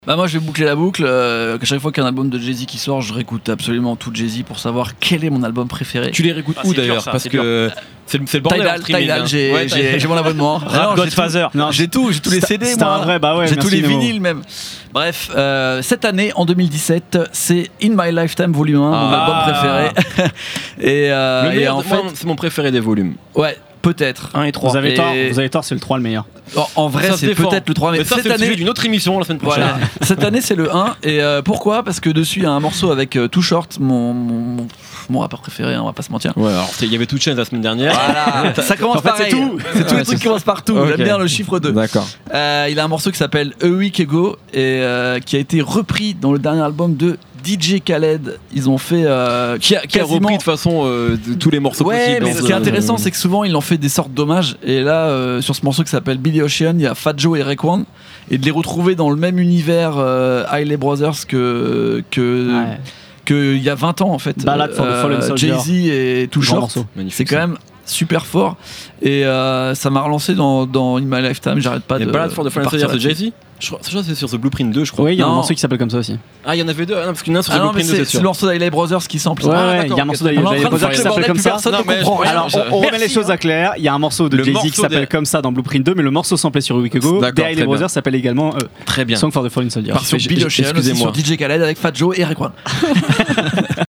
Bah moi je vais boucler la boucle, chaque fois qu'il y a un album de Jay-Z qui sort, je réécoute absolument tout Jay-Z pour savoir quel est mon album préféré. Tu les réécoutes où d'ailleurs? Parce que c'est le bordel. Tidal, j'ai mon abonnement. Godfather. J'ai tous les CD, c'est un vrai, bah ouais, j'ai tous les Nemo. vinyles même. Bref, cette année, en 2017, c'est In My Lifetime Volume 1, mon album préféré. et en fait, c'est mon préféré des volumes. Ouais. Peut-être. 1 et 3. Vous avez tort, c'est le 3 le meilleur. En vrai, c'est peut-être le 3. Mais ça, c'est le sujet d'une autre émission la semaine prochaine. Voilà. Cette année, c'est le 1. Et pourquoi ? Parce que dessus, il y a un morceau avec Too Short, mon rappeur préféré, on va pas se mentir. Ouais, alors il y avait Two Chainz la semaine dernière. Voilà. Ça commence en fait, pareil. c'est tout. C'est tous les trucs qui commencent par tout. Okay. J'aime bien le chiffre 2. D'accord. Il a un morceau qui s'appelle A Week Ago et qui a été repris dans le dernier album de DJ Khaled. Ils ont fait qui a repris de façon tous les morceaux possibles. Mais ce qui est intéressant, c'est que souvent ils en fait des sortes d'hommages. Et là, sur ce morceau qui s'appelle Billy Ocean, il y a Fat Joe et Raekwon. Et de les retrouver dans le même univers Hailey Brothers que il y a 20 ans en fait. Ballad for the Fallen Soldier. Jay-Z et Too Short. C'est quand même super fort. Et ça m'a relancé dans In My Lifetime. J'arrête pas de. Ballad for the Fallen Soldier, c'est Jay-Z? Je crois que c'est sur The Blueprint 2, je crois. Oui, il y a un morceau qui s'appelle comme ça aussi. Ah, il y en avait deux. Ah, non, parce qu'il y en a un sur The Blueprint 2, c'est sûr. C'est le morceau d'Hailey Brothers qui sample. Ouais, il y a un morceau d'Hailey Brothers qui s'appelle comme ça. Alors, on remet les choses à clair. Il y a un morceau de Jay-Z qui s'appelle comme ça dans Blueprint 2, mais le morceau samplé sur A Week Ago des Hailey Brothers s'appelle également Très bien. Song for the Fallen Soldier. Sur Billy Ocean, sur DJ Khaled avec Fat Joe et Raekwon.